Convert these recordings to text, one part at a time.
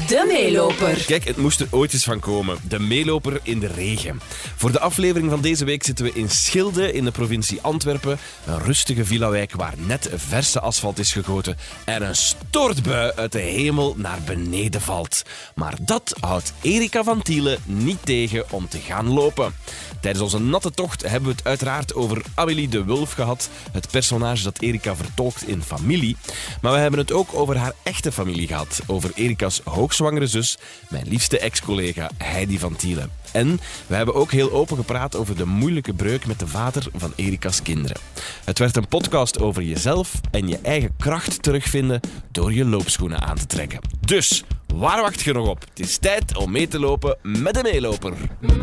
De Meeloper. Kijk, het moest er ooit eens van komen. De meeloper in de regen. Voor de aflevering van deze week zitten we in Schilde in de provincie Antwerpen. Een rustige villawijk waar net verse asfalt is gegoten en een stortbui uit de hemel naar beneden valt. Maar dat houdt Erika van Thiele niet tegen om te gaan lopen. Tijdens onze natte tocht hebben we het uiteraard over Amélie de Wulf gehad, het personage dat Erika vertolkt in Familie. Maar we hebben het ook over haar echte familie gehad, over Erika's hoogzwangere zus, mijn liefste ex-collega Heidi van Thiele. En we hebben ook heel open gepraat over de moeilijke breuk met de vader van Erika's kinderen. Het werd een podcast over jezelf en je eigen kracht terugvinden door je loopschoenen aan te trekken. Dus, waar wacht je nog op? Het is tijd om mee te lopen met de Meeloper.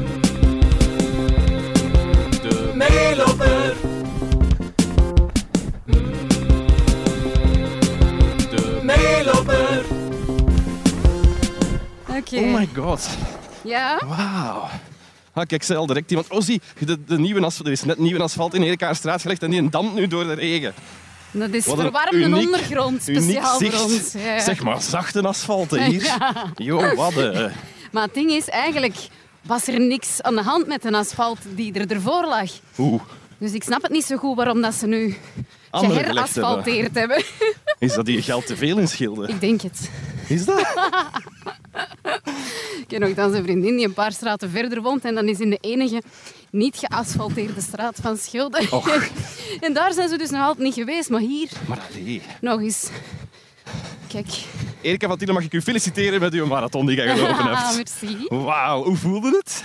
De Meeloper. De Meeloper. Oké. Oh my god. Ja? Wauw. Kijk, ik zei al direct iemand. Oh, zie, de nieuwe asfalt, er is net nieuwe asfalt in Erikastraat gelegd en die dampt nu door de regen. Dat is Wat een verwarmde uniek- ondergrond, speciaal uniek voor zicht. ons. Ja. Zeg maar, zachte asfalt hier. Jo, wat een... Maar het ding is, eigenlijk was er niks aan de hand met een asfalt die er ervoor lag. Oeh, Dus ik snap het niet zo goed waarom dat ze nu andere gelegd hebben. geherasfalteerd hebben. Is dat hier geld te veel in Schilde? Ik denk het. Is dat? Ik ken nog dan zijn vriendin die een paar straten verder woont en dan is in de enige niet geasfalteerde straat van Schilde. Och. En daar zijn ze dus nog altijd niet geweest, maar hier Maar allee. nog eens. Kijk. Erika van Thiele, mag ik u feliciteren met uw marathon die je gelopen hebt. Merci. Wauw, hoe voelde het?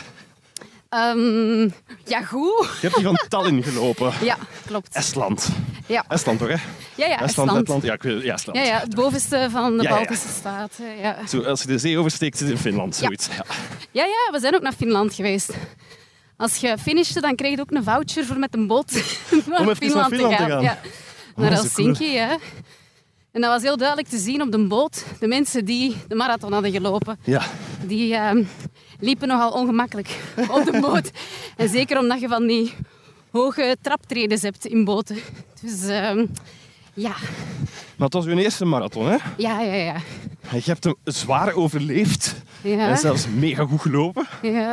Ja, goed. Je hebt die van Tallinn gelopen. Ja, klopt. Estland. Ja, Estland toch, hè? ja, Estland, Estland. Letland. Ja, ik weet, ja, Estland. Ja, het bovenste van de Ja, ja. Baltische staten. Ja. Zo, als je de zee oversteekt, zit je in Finland. Zoiets. Ja. Ja, we zijn ook naar Finland geweest. Als je finishte, dan kreeg je ook een voucher voor met een boot naar Om even naar Finland te gaan. Ja. Naar dat is Helsinki, ja. En dat was heel duidelijk te zien op de boot. De mensen die de marathon hadden gelopen, Ja. die liepen nogal ongemakkelijk op de boot. En zeker omdat je van die hoge traptredes hebt in boten. Dus ja. Maar het was uw eerste marathon, hè? Ja. Je hebt hem zwaar overleefd. Ja. En zelfs mega goed gelopen.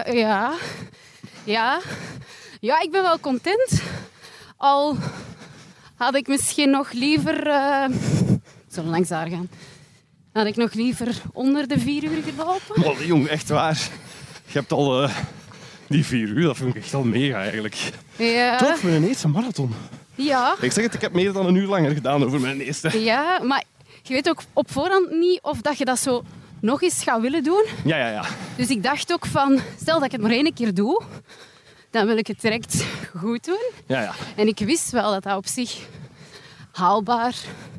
Ja, ik ben wel content. Al had ik misschien nog liever... Zo langs daar gaan. Had ik nog liever onder de 4 uur gelopen. Oh, jong, echt waar. Je hebt al die 4 uur, dat vind ik echt al mega eigenlijk. Ja. Toch, voor een eerste marathon. Ja. Ik zeg het, ik heb meer dan een uur langer gedaan over mijn eerste. Ja, maar je weet ook op voorhand niet of dat je dat zo nog eens gaat willen doen. Ja. Dus ik dacht ook van, stel dat ik het maar 1 keer doe, dan wil ik het direct goed doen. Ja. En ik wist wel dat dat op zich haalbaar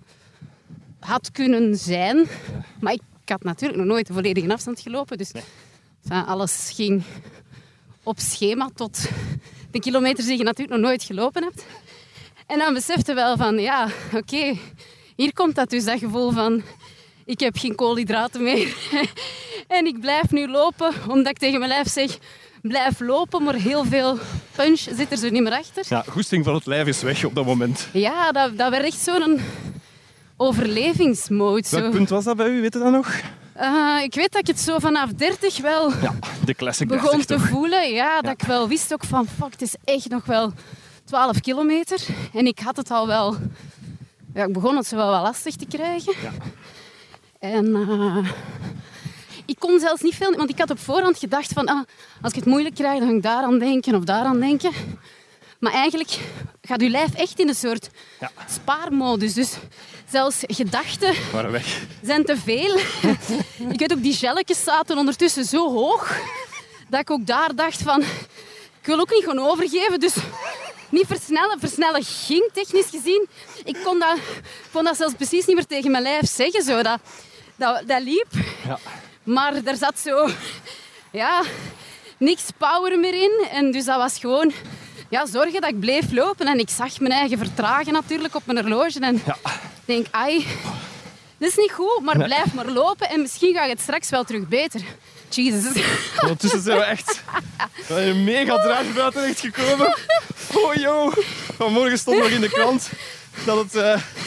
had kunnen zijn. Maar ik had natuurlijk nog nooit de volledige afstand gelopen. Dus enfin, alles ging op schema tot de kilometers die je natuurlijk nog nooit gelopen hebt. En dan besefte wel van, ja, oké, hier komt dat dus, dat gevoel van... Ik heb geen koolhydraten meer. En ik blijf nu lopen, omdat ik tegen mijn lijf zeg... Blijf lopen, maar heel veel punch zit er zo niet meer achter. Ja, goesting van het lijf is weg op dat moment. Ja, dat werd echt zo'n overlevingsmode. Zo. Welk punt was dat bij u, weet je dat nog? Ik weet dat ik het zo vanaf 30 wel Ja, de classic begon 30 te toch? voelen. Ja, dat ik wel wist ook van, fuck, het is echt nog wel 12 kilometer. En ik had het al wel... Ja, ik begon het zo wel lastig te krijgen. Ja. En ik kon zelfs niet veel... Want ik had op voorhand gedacht van... als ik het moeilijk krijg, dan ga ik daaraan denken of daaraan denken. Maar eigenlijk gaat je lijf echt in een soort spaarmodus. Dus zelfs gedachten Waren weg. zijn te veel. Ik weet ook, die gelletjes zaten ondertussen zo hoog... dat ik ook daar dacht van... Ik wil ook niet gewoon overgeven, dus... Niet versnellen. Versnellen ging technisch gezien. Ik kon dat zelfs precies niet meer tegen mijn lijf zeggen. Zo. Dat liep. Ja. Maar er zat zo... Ja, niks power meer in. En dus dat was gewoon... Ja, zorgen dat ik bleef lopen. En ik zag mijn eigen vertragen natuurlijk op mijn horloge. En ik denk, ai... Dit is niet goed, maar blijf maar lopen. En misschien gaat het straks wel terug beter. Jesus. Ondertussen zijn we echt een mega draagbuiten terecht gekomen. Oh joh. Vanmorgen stond nog in de krant dat het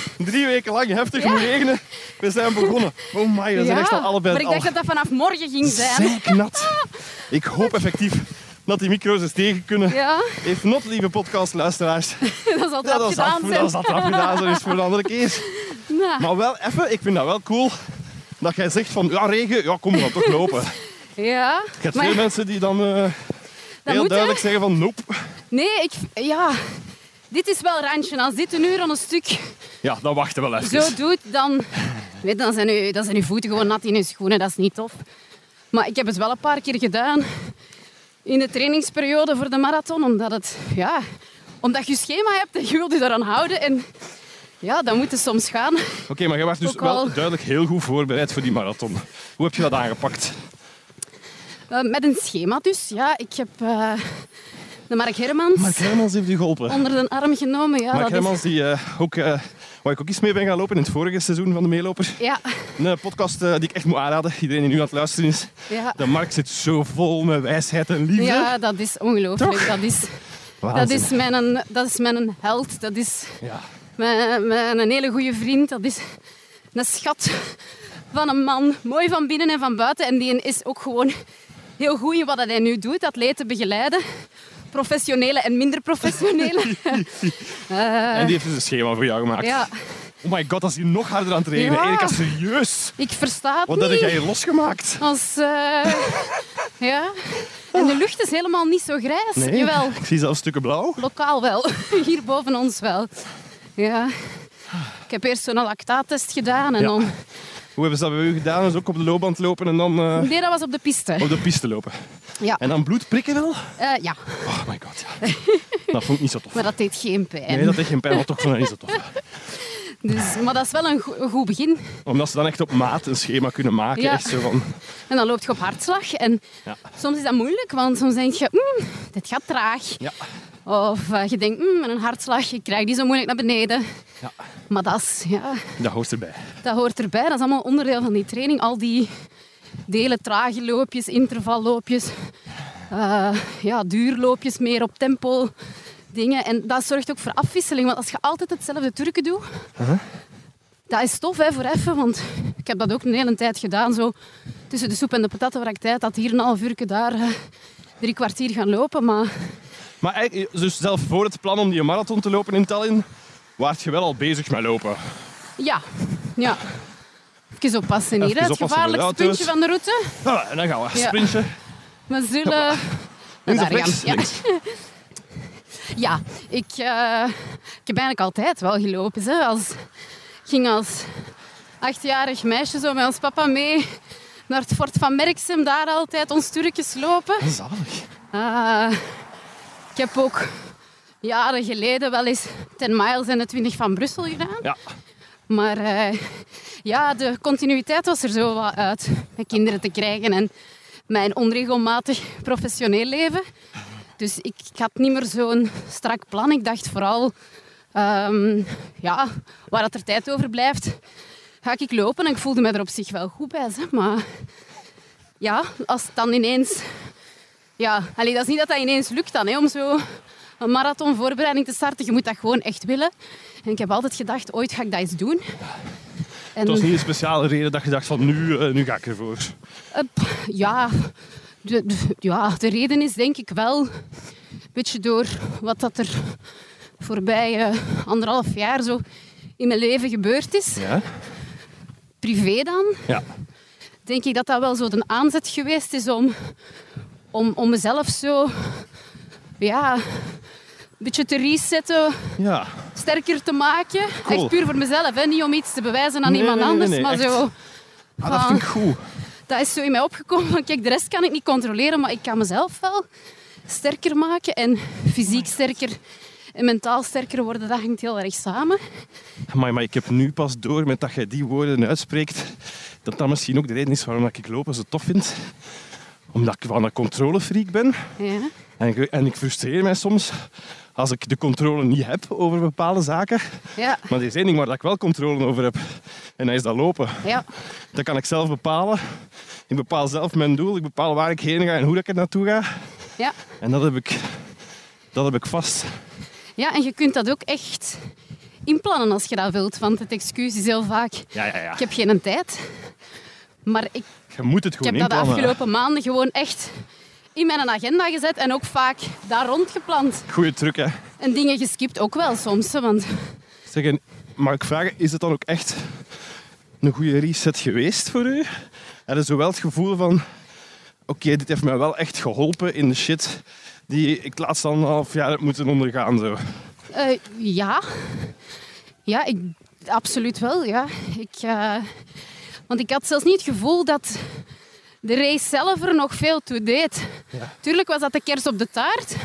3 weken lang heftig moet regenen. We zijn begonnen. Oh my, we zijn echt al allebei maar ik dacht dat dat vanaf morgen ging zijn. zeiknat. Ik hoop effectief dat die micro's eens tegen kunnen. Ja, If not, lieve podcastluisteraars. dat zal Ja, het gedaan zijn. dat is al gedaan, zo is voor de andere keer. Nou, Maar wel even, ik vind dat wel cool dat jij zegt van, ja, regen, ja, kom, we gaan toch lopen. ja. Je hebt Maar veel mensen die dan heel moet, duidelijk zeggen van, nope. nee, dit is wel randje. Als dit een uur aan een stuk Ja, dan wachten we wel even. zo doet, dan zijn uw voeten gewoon nat in uw schoenen. Dat is niet tof. Maar ik heb het wel een paar keer gedaan in de trainingsperiode voor de marathon. Omdat je schema hebt en je wilt je daaraan houden. En ja, dan moet het soms gaan. Oké, maar je was dus Ook wel wel duidelijk heel goed voorbereid voor die marathon. Hoe heb je dat aangepakt? Met een schema dus. Ja, ik heb de Mark Hermans Mark Hermans heeft u geholpen. onder de arm genomen. Ja, Mark dat Hermans, die, waar ik ook eens mee ben gaan lopen in het vorige seizoen van de Meeloper. Ja, Een podcast die ik echt moet aanraden. Iedereen die nu aan het luisteren is. ja. De Mark zit zo vol met wijsheid en liefde. Ja, dat is ongelooflijk. Toch? Dat is mijn held. Dat is Ja. mijn hele goede vriend. Dat is een schat van een man. Mooi van binnen en van buiten. En die is ook gewoon heel goed in wat hij nu doet. Atleten begeleiden. Professionele en minder professionele. En die heeft dus een schema voor jou gemaakt. Ja, Oh my god, dat is hier nog harder aan het regenen. Ja. Erika, serieus? ik versta het Wat niet. heb jij hier losgemaakt? Ja. En de lucht is helemaal niet zo grijs. Nee, Jawel, ik zie zelfs stukken blauw. lokaal wel. Hier boven ons wel. Ja. Ik heb eerst zo'n lactaattest gedaan en Ja. dan... Hoe hebben ze dat bij u gedaan? Dus ook op de loopband lopen en dan Nee, dat was op de piste. op de piste lopen. Ja. En dan bloed prikken wel? Ja, Oh my god, ja. Dat vond ik niet zo tof. maar dat deed geen pijn. Nee, dat heeft geen pijn, maar toch vond ik niet zo tof. Maar dat is wel een goed begin. Omdat ze dan echt op maat een schema kunnen maken. Ja. Echt zo van... En dan loop je op hartslag. En Ja. soms is dat moeilijk, want soms denk je, dit gaat traag. Ja. Of je denkt, met een hartslag, ik krijg die zo moeilijk naar beneden. Ja. Maar Dat hoort erbij. dat hoort erbij. Dat is allemaal onderdeel van die training. Al die delen, trage loopjes, intervalloopjes, duurloopjes, meer op tempo dingen. En dat zorgt ook voor afwisseling. Want als je altijd hetzelfde trucken doet, dat is tof voor even. Want ik heb dat ook een hele tijd gedaan. Zo, tussen de soep en de patatten waar ik tijd had, hier een half uur, daar 3 kwartier gaan lopen. Maar Maar eigenlijk, dus zelf voor het plan om die marathon te lopen in Tallinn, waart je wel al bezig met lopen. ja. Even oppassen hier. Even Het oppassen gevaarlijkste voor de auto's. puntje van de route. Voilà, en dan gaan we Ja. sprintje. We zullen... Links of Daar rechts? gaan we. Links. Ja, ik heb eigenlijk altijd wel gelopen. Ik ging als 8-jarig meisje zo met ons papa mee naar het fort van Merksem. Daar altijd ons turkjes lopen. Zalig. Ik heb ook jaren geleden wel eens 10 miles en de 20 van Brussel gedaan. Ja. Maar de continuïteit was er zo wat uit. Met kinderen te krijgen en mijn onregelmatig professioneel leven. Dus ik had niet meer zo'n strak plan. Ik dacht vooral, waar dat er tijd over blijft, ga ik lopen. En ik voelde me er op zich wel goed bij. Maar ja, als het dan ineens... Ja, dat is niet dat dat ineens lukt dan, om zo een marathonvoorbereiding te starten. Je moet dat gewoon echt willen. En ik heb altijd gedacht, ooit ga ik dat eens doen. En, Het was niet een speciale reden dat je dacht van nu ga ik ervoor. de reden is denk ik wel een beetje door wat dat er voorbij 1,5 jaar zo in mijn leven gebeurd is. Ja? Privé dan. Ja. Denk ik dat dat wel zo de aanzet geweest is om mezelf zo... Ja, een beetje te resetten, Ja. sterker te maken. Cool. Echt puur voor mezelf, niet om iets te bewijzen aan Nee, iemand nee, nee, anders. nee, Maar echt. zo... Dat vind ik goed. Dat is zo in mij opgekomen van, kijk, de rest kan ik niet controleren, maar ik kan mezelf wel sterker maken en fysiek sterker en mentaal sterker worden. Dat hangt heel erg samen. Maar ik heb nu pas door met dat jij die woorden uitspreekt, dat dat misschien ook de reden is waarom ik lopen zo tof vind. Omdat ik van een controlefreak ben. Ja. En ik frustreer mij soms als ik de controle niet heb over bepaalde zaken. Ja. Maar er is één ding waar ik wel controle over heb. En dat is dat lopen. Ja. Dat kan ik zelf bepalen. Ik bepaal zelf mijn doel. Ik bepaal waar ik heen ga en hoe ik er naartoe ga. Ja. En dat heb ik vast. Ja, en je kunt dat ook echt inplannen als je dat wilt. Want het excuus is heel vaak, Ja. ik heb geen tijd. Maar ik Je moet het heb gewoon dat de inplannen. afgelopen maanden gewoon echt in mijn agenda gezet. En ook vaak daar rond gepland. Goeie truc, hè. En dingen geskipt ook wel soms. Hè, want Zeg, en mag ik vragen, is het dan ook echt een goede reset geweest voor u? Heb je zo wel het gevoel van... Oké, dit heeft mij wel echt geholpen in de shit die ik het laatste 1,5 jaar heb moeten ondergaan. Zo. ja. Ja, absoluut wel. Ja. Want ik had zelfs niet het gevoel dat de race zelf er nog veel toe deed. Ja. Tuurlijk was dat de kers op de taart.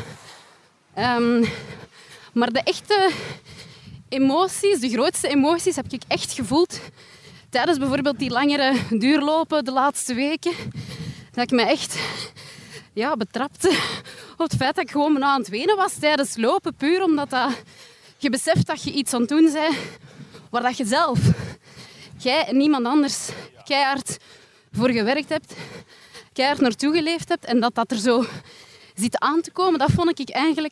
Maar de echte emoties, de grootste emoties, heb ik echt gevoeld tijdens bijvoorbeeld die langere duurlopen de laatste weken. Dat ik me echt betrapte op het feit dat ik gewoon bijna aan het wenen was tijdens lopen. Puur omdat je beseft dat je iets aan het doen bent waar dat je zelf, jij en niemand anders, keihard voor gewerkt hebt, keihard naartoe geleefd hebt en dat er zo zit aan te komen. Dat vond ik eigenlijk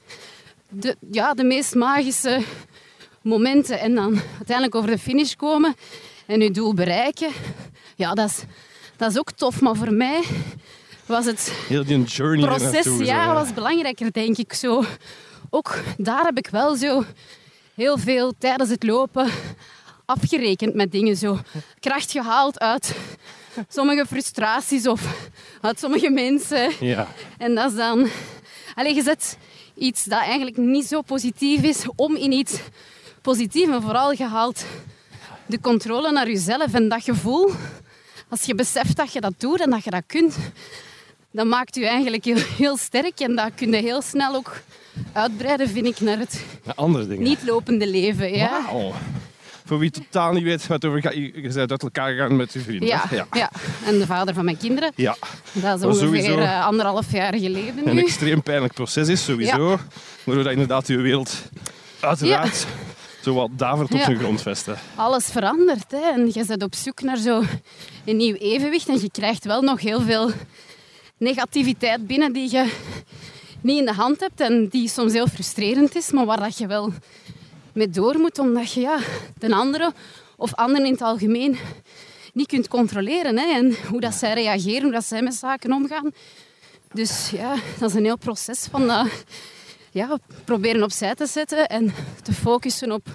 de meest magische momenten. En dan uiteindelijk over de finish komen en je doel bereiken. Ja, dat is ook tof. Maar voor mij was het Heel die journey proces ernaartoe, was belangrijker, denk ik. Zo. Ook daar heb ik wel zo heel veel tijdens het lopen afgerekend met dingen. Zo. Kracht gehaald uit sommige frustraties of uit sommige mensen. Ja. En dat is dan... je zet iets dat eigenlijk niet zo positief is om in iets positiefs. En vooral gehaald de controle naar jezelf en dat gevoel. Als je beseft dat je dat doet en dat je dat kunt, dat maakt je eigenlijk heel, heel sterk. En dat kun je heel snel ook uitbreiden, vind ik, naar het Andere dingen. niet lopende leven. Ja. Wauw. Voor wie totaal niet weet wat over gaat, je bent uit elkaar gegaan met je vriend. Ja, hè? ja. En de vader van mijn kinderen. Ja. Dat is Maar ongeveer 1,5 jaar geleden Een nu. extreem pijnlijk proces is, sowieso. Waardoor dat inderdaad je wereld uiteraard zo wat davert op zijn grond vesten. Alles verandert. Hè. En je bent op zoek naar zo een nieuw evenwicht. En je krijgt wel nog heel veel negativiteit binnen die je niet in de hand hebt. En die soms heel frustrerend is, maar waar dat je wel mee door moet. Omdat je de andere of anderen in het algemeen niet kunt controleren. Hè. En hoe dat zij reageren, hoe dat zij met zaken omgaan. Dus ja, dat is een heel proces van dat proberen opzij te zetten en te focussen op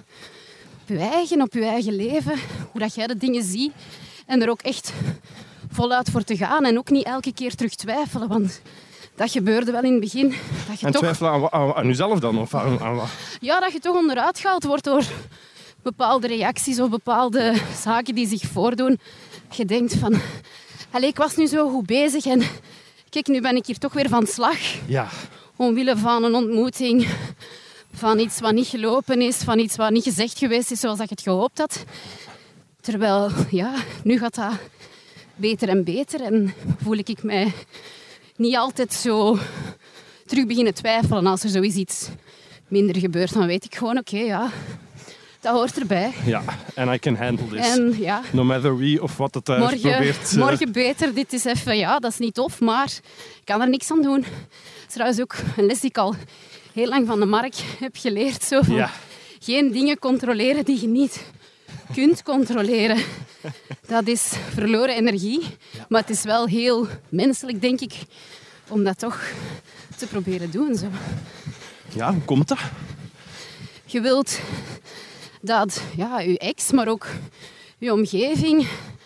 je eigen leven. Hoe dat jij de dingen ziet. En er ook echt voluit voor te gaan. En ook niet elke keer terug twijfelen. Want dat gebeurde wel in het begin. Dat je En toch, twijfelen aan jezelf dan? Of aan wat? ja, dat je toch onderuit gehaald wordt door bepaalde reacties of bepaalde zaken die zich voordoen. Je denkt van, ik was nu zo goed bezig en kijk, nu ben ik hier toch weer van slag. Ja. Omwille van een ontmoeting, van iets wat niet gelopen is, van iets wat niet gezegd geweest is zoals ik het gehoopt had. Terwijl, nu gaat dat beter en beter en voel ik mij niet altijd zo terug beginnen twijfelen. Als er zoiets iets minder gebeurt, dan weet ik gewoon, dat hoort erbij. Ja, and I can handle this. En No matter wie of wat het probeert. Morgen beter, dit is even, dat is niet tof, maar ik kan er niks aan doen. Dat is trouwens ook een les die ik al heel lang van de Mark heb geleerd. Zo van, geen dingen controleren die je niet kunt controleren. Dat is verloren energie. Maar het is wel heel menselijk, denk ik, om dat toch te proberen doen. Zo. Ja, hoe komt dat? Je wilt dat je ex, maar ook je omgeving...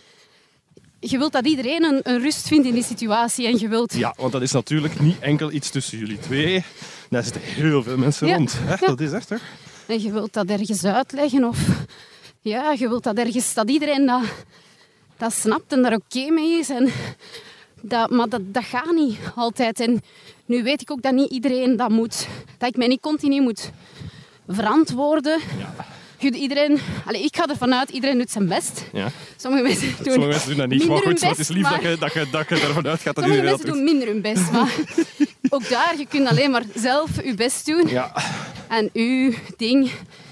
Je wilt dat iedereen een rust vindt in die situatie. En je wilt... Ja, want dat is natuurlijk niet enkel iets tussen jullie twee. Daar zitten heel veel mensen rond. Hè? Ja. Dat is echt, hè? En je wilt dat ergens uitleggen. Of je wilt dat ergens... Dat iedereen dat snapt en daar oké mee is. En maar dat gaat niet altijd. En nu weet ik ook dat niet iedereen dat moet. Dat ik mij niet continu moet verantwoorden. Ja. Ik ga ervan uit, iedereen doet zijn best. Ja. Sommige mensen doen dat niet. Maar goed, het is lief dat je ervan uitgaat dat iedereen dat doet. Sommige mensen doen minder hun best. Maar ook daar, je kunt alleen maar zelf je best doen. Ja. En je ding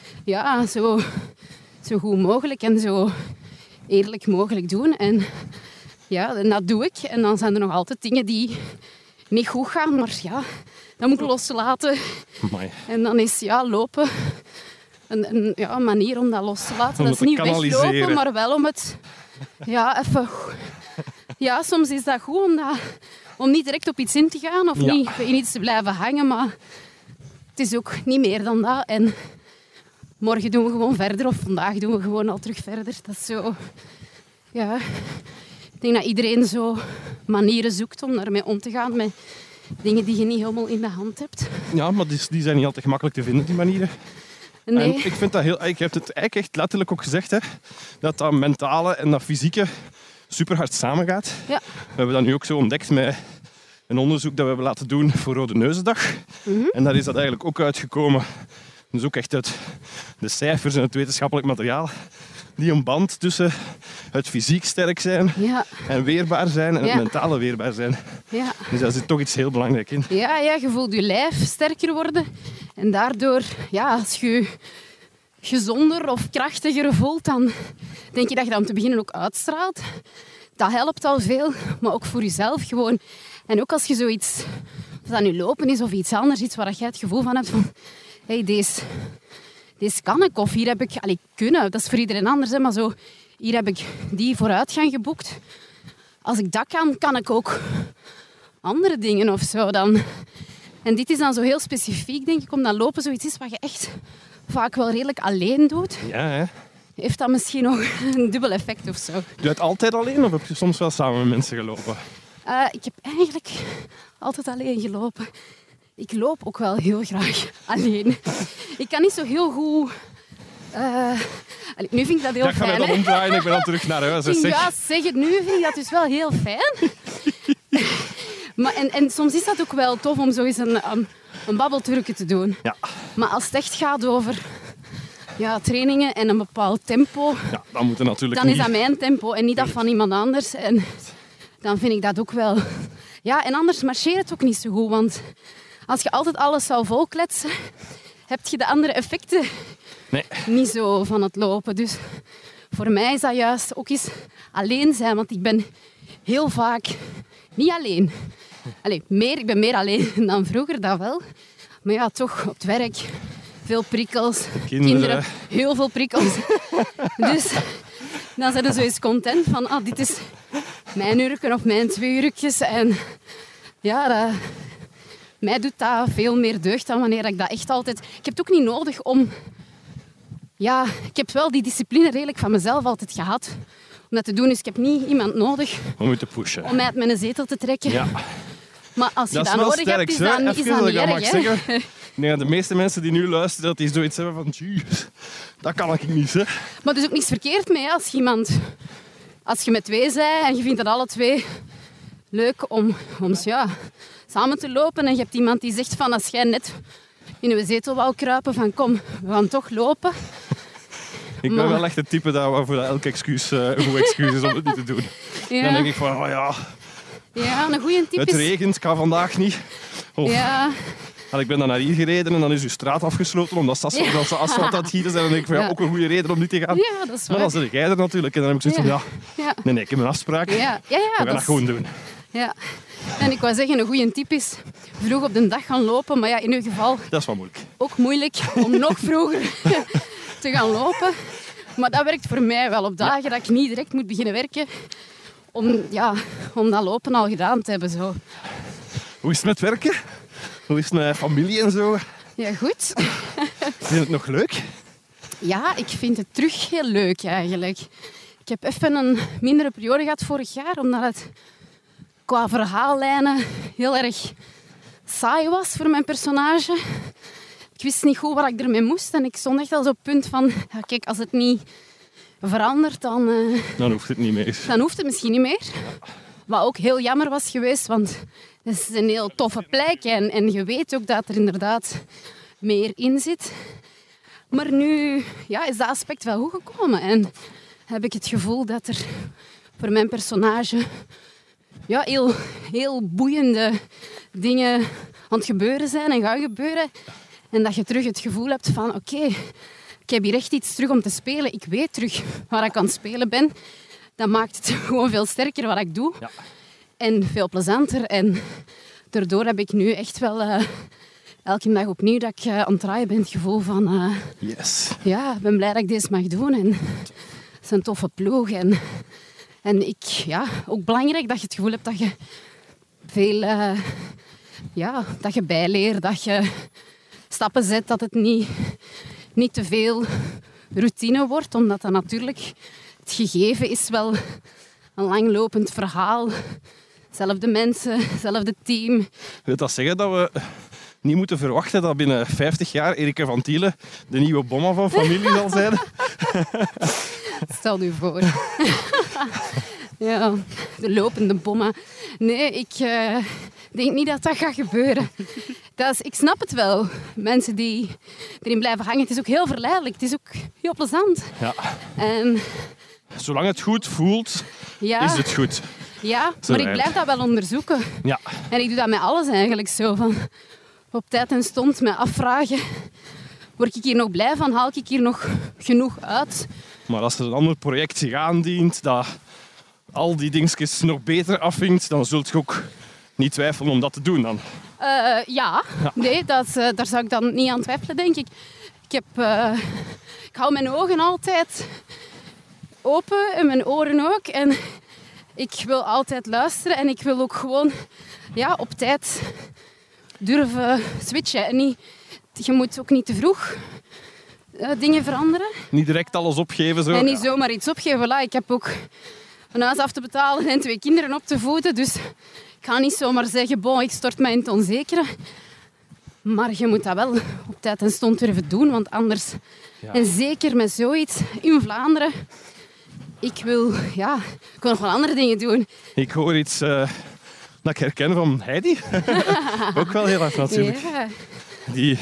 zo goed mogelijk en zo eerlijk mogelijk doen. En dat doe ik. En dan zijn er nog altijd dingen die niet goed gaan. Maar dat moet ik loslaten. Amai. En dan is lopen een manier om dat los te laten. Om Dat is het te niet kanaliseren. weglopen, maar wel om het... Ja, even... Ja, soms is dat goed om niet direct op iets in te gaan of Ja. niet in iets te blijven hangen, maar het is ook niet meer dan dat. En morgen doen we gewoon verder of vandaag doen we gewoon al terug verder. Dat is zo... Ja... Ik denk dat iedereen zo manieren zoekt om daarmee om te gaan met dingen die je niet helemaal in de hand hebt. Ja, maar die zijn niet altijd gemakkelijk te vinden, die manieren. Nee. En ik vind dat heel... Ik heb het eigenlijk echt letterlijk ook gezegd, hè, dat mentale en dat fysieke super hard samengaat. Ja. We hebben dat nu ook zo ontdekt met een onderzoek dat we hebben laten doen voor Rode Neuzendag. En daar is dat eigenlijk ook uitgekomen. Dus ook echt uit de cijfers en het wetenschappelijk materiaal. Die een band tussen het fysiek sterk zijn Ja, en weerbaar zijn en Ja. het mentale weerbaar zijn. ja. Dus daar zit toch iets heel belangrijks in. Ja, je voelt je lijf sterker worden. En daardoor, ja, als je je gezonder of krachtiger voelt, dan denk je dat je dat om te beginnen ook uitstraalt. Dat helpt al veel, maar ook voor jezelf gewoon. En ook als je zoiets, of dat nu lopen is of iets anders, iets waar je het gevoel van hebt van... Hey, deze kan ik, of hier heb ik... Kunnen, dat is voor iedereen anders, hè, maar zo... Hier heb ik die vooruitgang geboekt. Als ik dat kan, kan ik ook andere dingen of zo dan... En dit is dan zo heel specifiek, denk ik, omdat lopen zoiets is wat je echt vaak wel redelijk alleen doet. Ja, hè. Heeft dat misschien nog een dubbel effect of zo. Doe je het altijd alleen of heb je soms wel samen met mensen gelopen? Ik heb eigenlijk altijd alleen gelopen. Ik loop ook wel heel graag alleen. Ik kan niet zo heel goed... nu vind ik dat heel Dat gaat mij fijn. dan hè. omdraaien en ik ben dan terug naar huis. Hè, zeg. Ja, zeg het nu, vind ik dat dus wel heel fijn. Maar, en soms is dat ook wel tof om zo eens een babbeltrucje te doen. Ja. Maar als het echt gaat over trainingen en een bepaald tempo, Ja, dan moet er natuurlijk dan is niet... dat mijn tempo en niet dat van iemand anders. En dan vind ik dat ook wel... Ja, en anders marcheert het ook niet zo goed, want als je altijd alles zou volkletsen, heb je de andere effecten Nee. niet zo van het lopen. Dus voor mij is dat juist ook eens alleen zijn, want ik ben heel vaak niet alleen. Ik ben meer alleen dan vroeger, dat wel. Maar ja, toch op het werk, veel prikkels. Kinderen. Heel veel prikkels. Dus dan zijn ze zo eens content van, dit is mijn uurtje of mijn 2 uurtjes. En ja, mij doet dat veel meer deugd dan wanneer ik dat echt altijd... Ik heb het ook niet nodig om... Ja, ik heb wel die discipline redelijk van mezelf altijd gehad. Om dat te doen, dus ik heb niet iemand nodig Om je te pushen. om mij uit mijn zetel te trekken. Ja, Maar als je dat dat, is wel nodig sterk. hebt, is hè. dat Even niet dat ik dat mag erg. Hè? zeggen. Ik denk dat de meeste mensen die nu luisteren, dat die zoiets hebben van... "Jeez, dat kan ik niet, hè." Maar er is ook niets verkeerd mee. Hè. Als je met 2 bent en je vindt het alle 2 leuk om samen te lopen en je hebt iemand die zegt van als jij net in een zetel wou kruipen van kom, we gaan toch lopen. Ik ben wel echt het type waarvoor dat elk excuus een goed excuus is om het niet te doen. Dan denk ik van, Ja, een goede tip het is... regent, kan vandaag niet. Of, Ja, ik ben dan naar hier gereden en dan is uw straat afgesloten omdat ze asfalt aan het gieten zijn. Dan denk ik van, Ja. ook een goede reden om niet te gaan. ja, dat is Maar waar. dan zit jij er natuurlijk en dan heb ik zoiets van, Ja. nee, ik heb een afspraak. Ja, We gaan dat is- gewoon doen. Ja. En ik wou zeggen, een goede tip is vroeg op de dag gaan lopen. Maar ja, in uw geval Dat is wel moeilijk. ook moeilijk om nog vroeger te gaan lopen. Maar dat werkt voor mij wel op dagen dat ik niet direct moet beginnen werken. Om dat lopen al gedaan te hebben. Zo. Hoe is het met werken? Hoe is het met familie en zo? Ja, goed. Vind je het nog leuk? Ja, ik vind het terug heel leuk eigenlijk. Ik heb even een mindere periode gehad vorig jaar, omdat het qua verhaallijnen heel erg saai was voor mijn personage. Ik wist niet goed wat ik ermee moest en ik stond echt al zo op het punt van, ja, kijk, als het niet verandert, dan Dan hoeft het niet meer. hoeft het misschien niet meer. Wat ook heel jammer was geweest, want het is een heel toffe plek en je weet ook dat er inderdaad meer in zit. Maar nu is dat aspect wel goed gekomen en heb ik het gevoel dat er voor mijn personage heel, heel boeiende dingen aan het gebeuren zijn en gaan gebeuren. En dat je terug het gevoel hebt van oké, ik heb hier echt iets terug om te spelen. Ik weet terug waar ik aan het spelen ben. Dat maakt het gewoon veel sterker wat ik doe. Ja. En veel plezanter. En daardoor heb ik nu echt wel elke dag opnieuw dat ik aan het draaien ben. Het gevoel van... Yes. Ja, ik ben blij dat ik deze mag doen. En het is een toffe ploeg. En ook belangrijk dat je het gevoel hebt dat je veel... dat je bijleert, dat je stappen zet, dat het niet te veel routine wordt. Omdat dat natuurlijk... Het gegeven is wel een langlopend verhaal. Zelfde mensen, zelfde team. Wil dat zeggen dat we niet moeten verwachten dat binnen 50 jaar Erika van Thiele de nieuwe bomma van familie zal zijn? Stel u voor. Ja, de lopende bomma. Nee, ik denk niet dat dat gaat gebeuren. Ik snap het wel. Mensen die erin blijven hangen. Het is ook heel verleidelijk. Het is ook heel plezant. Ja. En, zolang het goed voelt, is het goed. Ja, maar ik blijf dat wel onderzoeken. Ja. En ik doe dat met alles eigenlijk zo. Van op tijd en stond me afvragen. Word ik hier nog blij van? Haal ik hier nog genoeg uit? Maar als er een ander project zich aandient dat al die dingetjes nog beter afvinkt, dan zult je ook niet twijfelen om dat te doen dan. Ja. Nee, daar zou ik dan niet aan twijfelen, denk ik. Ik hou mijn ogen altijd open en mijn oren ook. En ik wil altijd luisteren en ik wil ook gewoon op tijd durven switchen. En je moet ook niet te vroeg dingen veranderen. Niet direct alles opgeven zo. En niet zomaar iets opgeven. Voilà, ik heb ook een huis af te betalen en 2 kinderen op te voeden. Dus ik ga niet zomaar zeggen, ik stort mij in het onzekere. Maar je moet dat wel op tijd en stond durven doen. Want anders, en zeker met zoiets in Vlaanderen, ik wil nog wel andere dingen doen. Ik hoor iets dat ik herken van Heidi. Ook wel heel erg natuurlijk. Ja. Die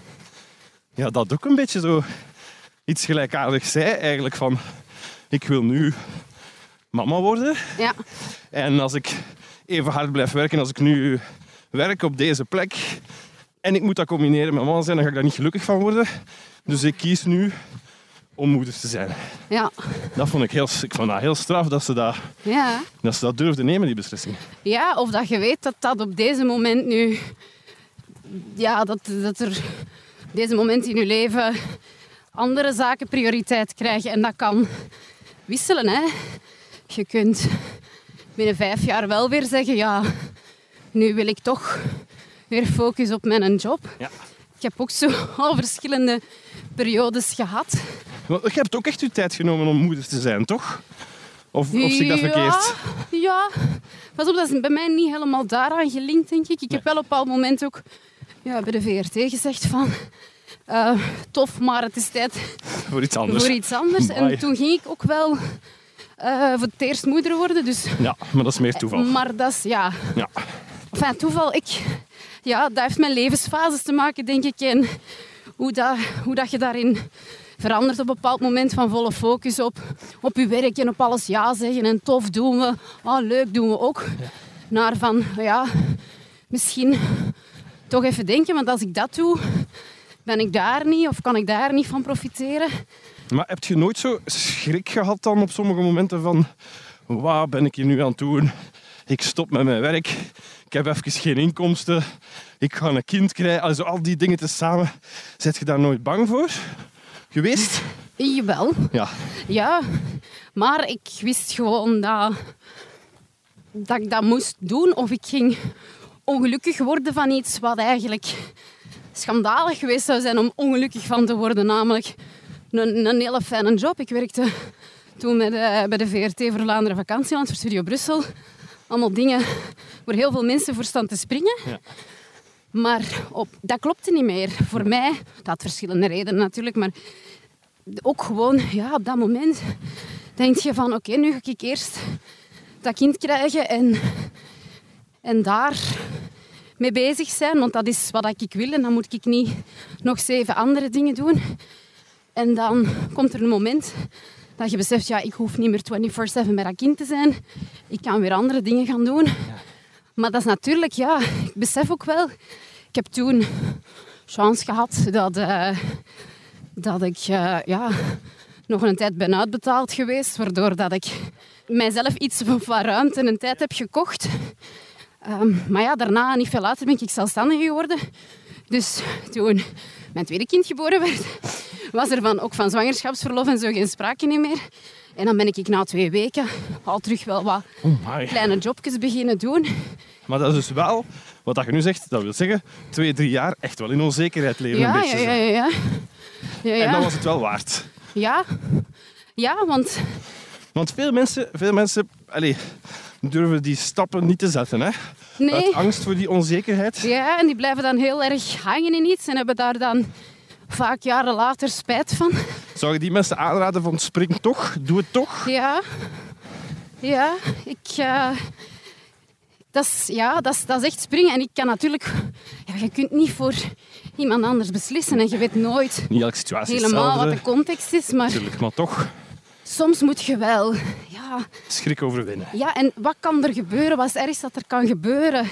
dat ook een beetje zo iets gelijkaardigs zei eigenlijk van ik wil nu mama worden. Ja. En als ik even hard blijf werken als ik nu werk op deze plek en ik moet dat combineren met mama zijn, dan ga ik daar niet gelukkig van worden. Dus ik kies nu om moeder te zijn. Ja. Dat vond ik heel straf dat ze dat durfde nemen, die beslissing. Ja, of dat je weet dat op deze moment nu... Ja, dat er op deze moment in je leven andere zaken prioriteit krijgen. En dat kan wisselen, hè. Je kunt binnen 5 jaar wel weer zeggen, nu wil ik toch weer focus op mijn job. Ja. Ik heb ook zo al verschillende periodes gehad. Je hebt ook echt je tijd genomen om moeder te zijn, toch? Of zie ik dat verkeerd? Ja. Pas op, dat is bij mij niet helemaal daaraan gelinkt, denk ik. Ik heb wel op een bepaald moment ook bij de VRT gezegd van... tof, maar het is tijd voor iets anders. En toen ging ik ook wel voor het eerst moeder worden. Dus... Ja, maar dat is meer toeval. Maar dat is, Enfin, toeval, dat heeft met levensfases te maken, denk ik. En hoe dat je daarin verandert op een bepaald moment van volle focus op je werk en op alles ja zeggen. En tof doen we, leuk doen we ook. Ja. Naar van, misschien toch even denken, want als ik dat doe, ben ik daar niet of kan ik daar niet van profiteren. Maar heb je nooit zo schrik gehad dan op sommige momenten van, wat ben ik hier nu aan het doen? Ik stop met mijn werk, ik heb even geen inkomsten, ik ga een kind krijgen. Also, al die dingen tezamen, zet je daar nooit bang voor geweest? Jawel. Ja, maar ik wist gewoon dat ik dat moest doen of ik ging ongelukkig worden van iets wat eigenlijk schandalig geweest zou zijn om ongelukkig van te worden. Namelijk een hele fijne job. Ik werkte toen bij de VRT voor Vlaanderen Vakantieland, voor Studio Brussel. Allemaal dingen waar heel veel mensen voor staan te springen. Ja. Maar dat klopte niet meer. Voor mij, dat had verschillende redenen natuurlijk, maar ook gewoon op dat moment denk je van oké, nu ga ik eerst dat kind krijgen en daar mee bezig zijn, want dat is wat ik wil en dan moet ik niet nog 7 andere dingen doen. En dan komt er een moment dat je beseft, ik hoef niet meer 24/7 met dat kind te zijn. Ik kan weer andere dingen gaan doen. Ja. Maar dat is natuurlijk, ik besef ook wel. Ik heb toen chance gehad dat ik nog een tijd ben uitbetaald geweest, waardoor dat ik mijzelf iets van ruimte en tijd heb gekocht. Maar daarna, niet veel later, ben ik zelfstandig geworden. Dus toen mijn tweede kind geboren werd, was er ook van zwangerschapsverlof en zo geen sprake niet meer. En dan ben ik na 2 weken al terug wel wat kleine jobjes beginnen doen. Maar dat is dus wel, wat je nu zegt, dat wil zeggen 2-3 jaar echt wel in onzekerheid leven een beetje. Ja. En dan was het wel waard. Ja, want... Want veel mensen durven die stappen niet te zetten, hè? Nee. Uit angst voor die onzekerheid. Ja, en die blijven dan heel erg hangen in iets en hebben daar dan vaak jaren later spijt van. Zou je die mensen aanraden van spring toch, doe het toch? Ja, dat is echt springen. En ik kan natuurlijk... Ja, je kunt niet voor iemand anders beslissen en je weet nooit Niet elke situatie is helemaal hetzelfde. wat de context is, maar Natuurlijk, maar toch soms moet je wel... schrik overwinnen. Ja, en wat kan er gebeuren? Wat is het ergste dat er kan gebeuren?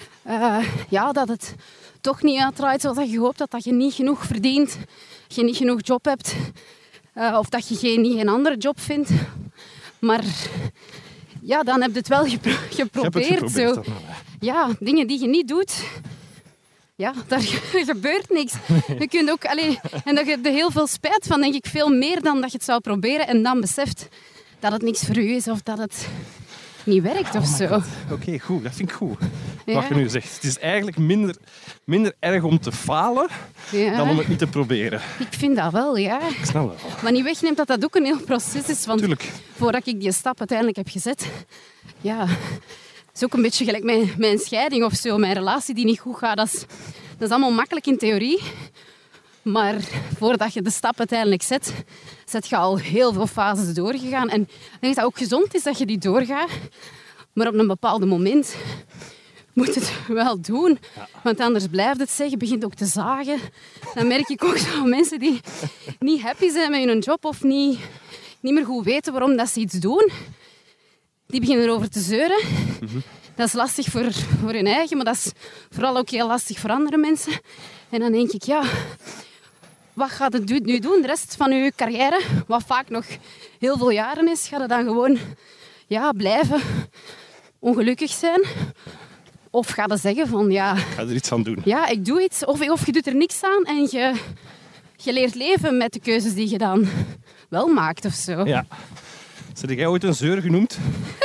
Dat het toch niet uitdraait zoals je hoopt, dat je niet genoeg verdient, dat je niet genoeg job hebt, of dat je geen andere job vindt. Maar ja, dan heb je het wel geprobeerd. Zo. Dan, Ja, dingen die je niet doet, ja, daar gebeurt niks. Je kunt ook, en daar heb je heel veel spijt van, denk ik, veel meer dan dat je het zou proberen en dan beseft dat het niks voor u is of dat het niet werkt of zo. Oké, goed. Dat vind ik goed. Ja. Wat je nu zegt. Het is eigenlijk minder erg om te falen dan om het niet te proberen. Ik vind dat wel, ja. Ik snap dat wel. Maar niet wegneemt dat dat ook een heel proces is. Want Tuurlijk. voordat ik die stap uiteindelijk heb gezet... Ja, het is ook een beetje gelijk mijn scheiding of zo. Mijn relatie die niet goed gaat. Dat is allemaal makkelijk in theorie. Maar voordat je de stap uiteindelijk zet je al heel veel fases doorgegaan. En ik denk dat het ook gezond is dat je die doorgaat. Maar op een bepaald moment moet het wel doen. Ja. Want anders blijft het zeggen, begint ook te zagen. Dan merk ik ook zo mensen die niet happy zijn met hun job of niet meer goed weten waarom dat ze iets doen. Die beginnen erover te zeuren. Mm-hmm. Dat is lastig voor hun eigen, maar dat is vooral ook heel lastig voor andere mensen. En dan denk ik, ja, wat gaat het nu doen? De rest van je carrière, wat vaak nog heel veel jaren is, gaat het dan gewoon blijven ongelukkig zijn? Of ga je zeggen van, Ga er iets aan doen. ja, ik doe iets. Of je doet er niks aan en je leert leven met de keuzes die je dan wel maakt of zo. Ja. Zet jij ooit een zeur genoemd?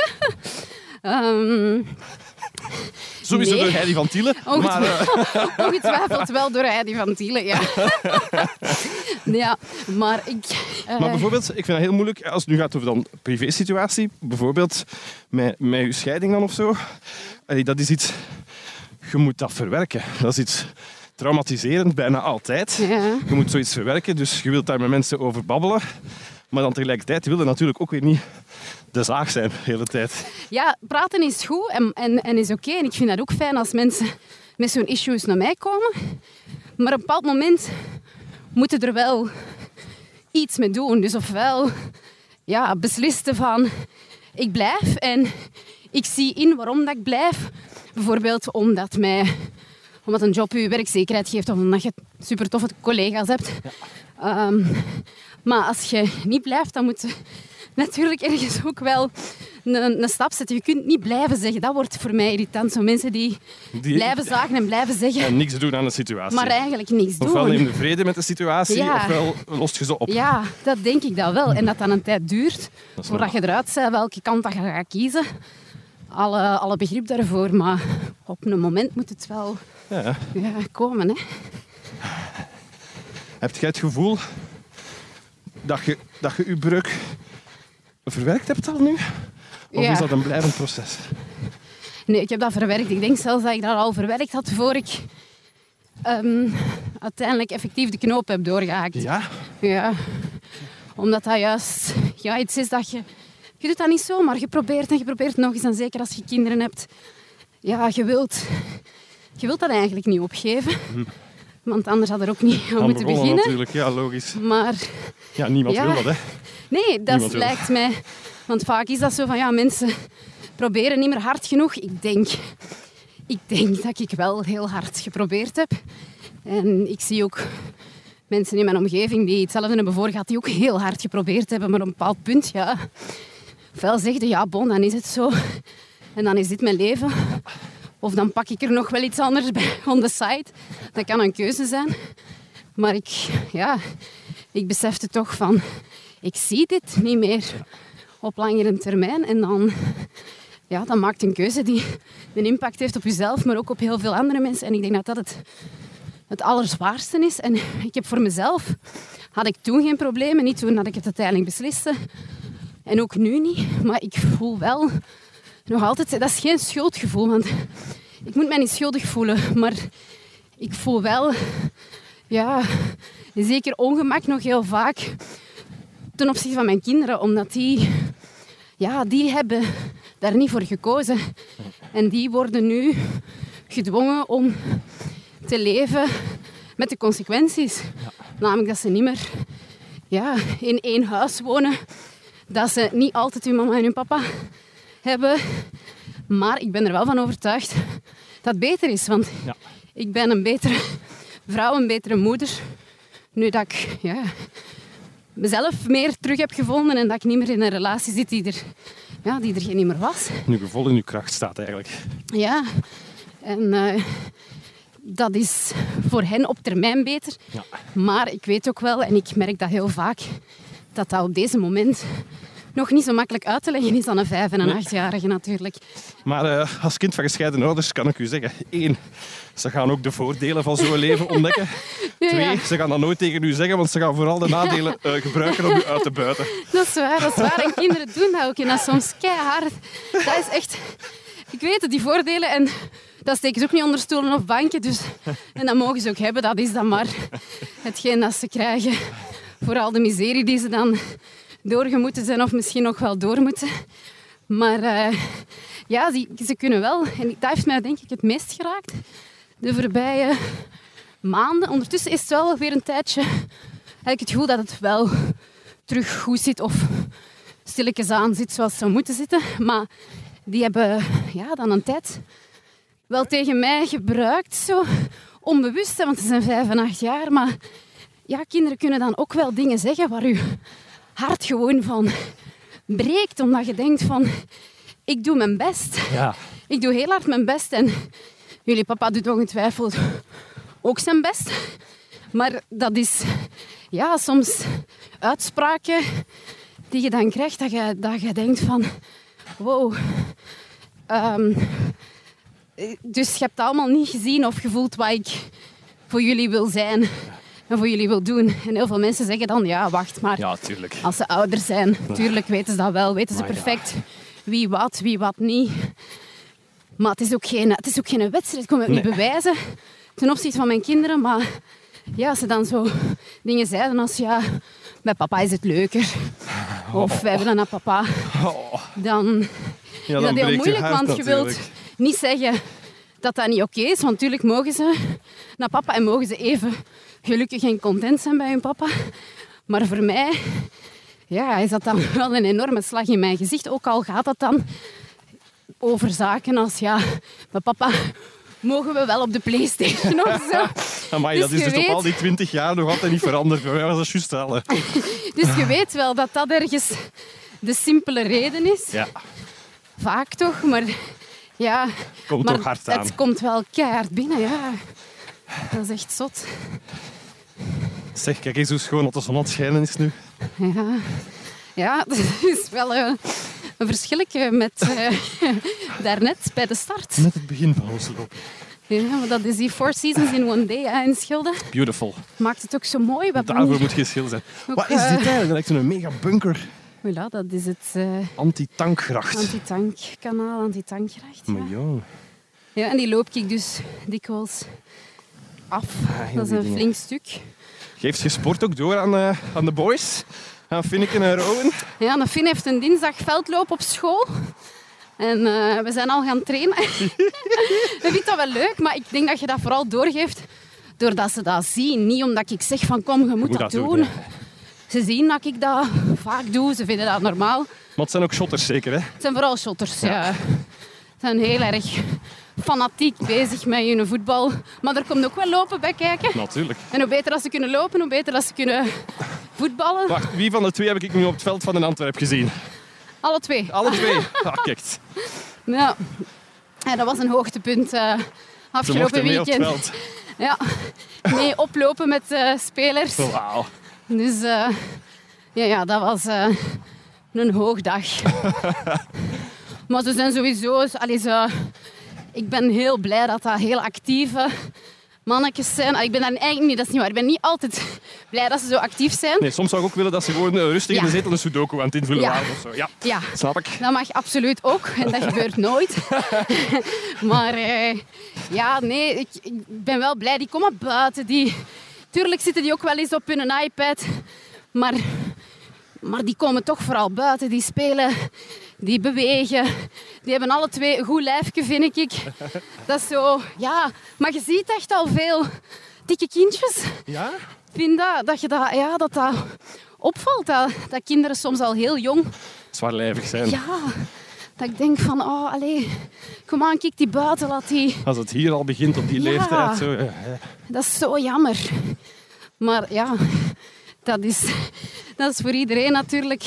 Sowieso nee. door Heidi van Tiele. Ongetwijfeld wel door Heidi van Tiele, ja. Ja, maar ik... Maar bijvoorbeeld, ik vind het heel moeilijk als het nu gaat over dan privésituatie. Bijvoorbeeld met je scheiding dan of zo. Dat is iets... Je moet dat verwerken. Dat is iets traumatiserend, bijna altijd. Ja. Je moet zoiets verwerken, dus je wilt daar met mensen over babbelen. Maar dan tegelijkertijd wil je natuurlijk ook weer niet de zaag zijn de hele tijd. Ja, praten is goed en is oké. En ik vind dat ook fijn als mensen met zo'n issues naar mij komen. Maar op een bepaald moment moeten er wel iets mee doen. Dus ofwel beslissen van ik blijf en ik zie in waarom dat ik blijf. Bijvoorbeeld omdat een job je werkzekerheid geeft of omdat je super toffe collega's hebt. Ja. Maar als je niet blijft, dan moet je natuurlijk ergens ook wel een stap zetten. Je kunt niet blijven zeggen. Dat wordt voor mij irritant. Zo mensen die blijven zagen en blijven zeggen. En niks doen aan de situatie. Maar eigenlijk niks doen. Ofwel neem je vrede met de situatie, ofwel lost je ze op. Ja, dat denk ik dat wel. En dat dan een tijd duurt voordat je eruit bent welke kant dat je gaat kiezen. Alle begrip daarvoor. Maar op een moment moet het wel komen. Hè. Heb jij het gevoel dat je breuk verwerkt hebt al nu? Of is dat een blijvend proces? Nee, ik heb dat verwerkt. Ik denk zelfs dat ik dat al verwerkt had voor ik uiteindelijk effectief de knoop heb doorgehaakt. Ja? Ja. Omdat dat juist iets is dat je doet dat niet zomaar. Je probeert en je probeert nog eens. En zeker als je kinderen hebt. Ja, je wilt dat eigenlijk niet opgeven. Want anders had er ook niet aan moeten beginnen. Natuurlijk, ja, logisch. Maar... Ja, niemand wil dat, hè? Nee, dat lijkt mij... Want vaak is dat zo van, mensen proberen niet meer hard genoeg. Ik denk dat ik wel heel hard geprobeerd heb. En ik zie ook mensen in mijn omgeving die hetzelfde hebben voorgehad, die ook heel hard geprobeerd hebben. Maar op een bepaald punt, ofwel zeggen, dan is het zo. En dan is dit mijn leven. Of dan pak ik er nog wel iets anders bij on the side. Dat kan een keuze zijn. Maar ik besefte toch van... Ik zie dit niet meer op langere termijn. En dan maakt een keuze die een impact heeft op jezelf, maar ook op heel veel andere mensen. En ik denk dat dat het allerzwaarste is. En ik heb voor mezelf... Had ik toen geen problemen, niet toen dat ik het uiteindelijk besliste. En ook nu niet. Maar ik voel wel nog altijd... Dat is geen schuldgevoel, want ik moet mij niet schuldig voelen. Maar ik voel wel... zeker ongemak nog heel vaak ten opzichte van mijn kinderen. Omdat die hebben daar niet voor gekozen. En die worden nu gedwongen om te leven met de consequenties. Ja. Namelijk dat ze niet meer in één huis wonen. Dat ze niet altijd hun mama en hun papa hebben. Maar ik ben er wel van overtuigd dat het beter is. Want ik ben een betere vrouw, een betere moeder. Nu dat ik mezelf meer terug heb gevonden en dat ik niet meer in een relatie zit die er geen niet meer was. Nu je vol in je kracht staat eigenlijk. Ja, en dat is voor hen op termijn beter. Ja. Maar ik weet ook wel, en ik merk dat heel vaak, dat op deze moment nog niet zo makkelijk uit te leggen is aan een 5- en een 8-jarige natuurlijk. Maar als kind van gescheiden ouders kan ik u zeggen, 1, ze gaan ook de voordelen van zo'n leven ontdekken. 2, ze gaan dat nooit tegen u zeggen, want ze gaan vooral de nadelen gebruiken om u uit te buiten. Dat is waar. En kinderen doen dat ook. En dat is soms keihard. Dat is echt... Ik weet het, die voordelen. En dat steken ze ook niet onder stoelen of banken. Dus, en dat mogen ze ook hebben. Dat is dan maar hetgeen dat ze krijgen. Voor al de miserie die ze dan doorgemoeten zijn of misschien nog wel door moeten. Maar ze kunnen wel. En dat heeft mij denk ik het meest geraakt. De voorbije maanden. Ondertussen is het wel weer een tijdje... Heb ik het gevoel dat het wel terug goed zit of stilletjes aan zit zoals het zou moeten zitten. Maar die hebben dan een tijd wel tegen mij gebruikt. Zo onbewust, want ze zijn 5 en 8 jaar. Maar kinderen kunnen dan ook wel dingen zeggen waar je hart gewoon van breekt. Omdat je denkt van, ik doe mijn best. Ja. Ik doe heel hard mijn best. En jullie papa doet ongetwijfeld ook zijn best. Maar dat is soms uitspraken die je dan krijgt, dat je denkt van, wow. Dus je hebt allemaal niet gezien of gevoeld wat ik voor jullie wil zijn en voor jullie wil doen. En heel veel mensen zeggen dan, wacht maar. Ja, tuurlijk. Als ze ouder zijn, tuurlijk weten ze dat wel. Weten ze perfect wie wat niet. Maar het is ook geen wedstrijd. Ik kon het niet bewijzen ten opzichte van mijn kinderen. Maar als ze dan zo dingen zeiden als, bij papa is het leuker. Of wij willen naar papa. Dan is dat heel moeilijk, want je wilt niet zeggen dat dat niet oké is. Want natuurlijk mogen ze naar papa en mogen ze even gelukkig en content zijn bij hun papa. Maar voor mij is dat dan wel een enorme slag in mijn gezicht. Ook al gaat dat dan over zaken als, bij papa mogen we wel op de PlayStation of zo. Amai, dus dat is dus op al die 20 jaar nog altijd niet veranderd. Bij mij was dat juist wel. Dus je weet wel dat dat ergens de simpele reden is. Ja. Vaak toch, maar komt toch hard aan. Het komt wel keihard binnen, Dat is echt zot. Zeg, kijk eens hoe schoon dat de zon aan het schijnen is nu. Ja, dat is wel een verschilletje met daarnet bij de start. Net het begin van onze loop. Ja, maar dat is die 4 seasons in one day in Schilde. Beautiful. Maakt het ook zo mooi. Daarvoor moet je Schilde zijn. Wat is dit eigenlijk? Dat lijkt een mega bunker. Ja, dat is het... Antitankgracht. Antitankanaal, antitankgracht. Maar ja, en die loop ik dus dikwijls af. Dat is een flink stuk. Geeft je sport ook door aan de boys? Aan Finneke en Rowan? Ja, de Finn heeft een dinsdag veldloop op school. En we zijn al gaan trainen. Ik vind dat wel leuk, maar ik denk dat je dat vooral doorgeeft doordat ze dat zien. Niet omdat ik zeg van kom, je moet dat doen. Ja. Ze zien dat ik dat vaak doe, ze vinden dat normaal. Maar het zijn ook shotters zeker, hè? Het zijn vooral shotters, ja. Ze zijn heel erg fanatiek bezig met hun voetbal. Maar er komt ook wel lopen bij kijken. Natuurlijk. En hoe beter als ze kunnen lopen, hoe beter als ze kunnen voetballen. Wacht, wie van de twee heb ik nu op het veld van in Antwerpen gezien? Alle twee. Alle twee? Kijk. Ja. Ja, dat was een hoogtepunt Ze afgelopen mochten mee op het weekend. veld. Ja, mee oplopen met spelers. Wauw. Dus dat was een hoogdag. Maar ze zijn sowieso... ik ben heel blij dat dat heel actieve mannetjes zijn. Ik ben daar eigenlijk niet, dat is niet waar. Ik ben niet altijd blij dat ze zo actief zijn. Nee, soms zou ik ook willen dat ze gewoon rustig in de zetel een sudoku aan het invullen waren of zo. Ja, Ja, snap ik. dat mag absoluut ook. En dat gebeurt nooit. Maar ik ben wel blij. Die komen buiten. Tuurlijk zitten die ook wel eens op hun iPad. Maar die komen toch vooral buiten. Die spelen, die bewegen. Die hebben alle twee een goed lijfje, vind ik. Dat is zo... Ja, maar je ziet echt al veel dikke kindjes. Ja? Ik vind dat opvalt. Dat kinderen soms al heel jong... Zwaarlijvig zijn. Ja, dat ik denk van... kom aan, kijk die buiten, laat die... Als het hier al begint op die leeftijd. Zo, ja. Dat is zo jammer. Maar ja, dat is voor iedereen natuurlijk...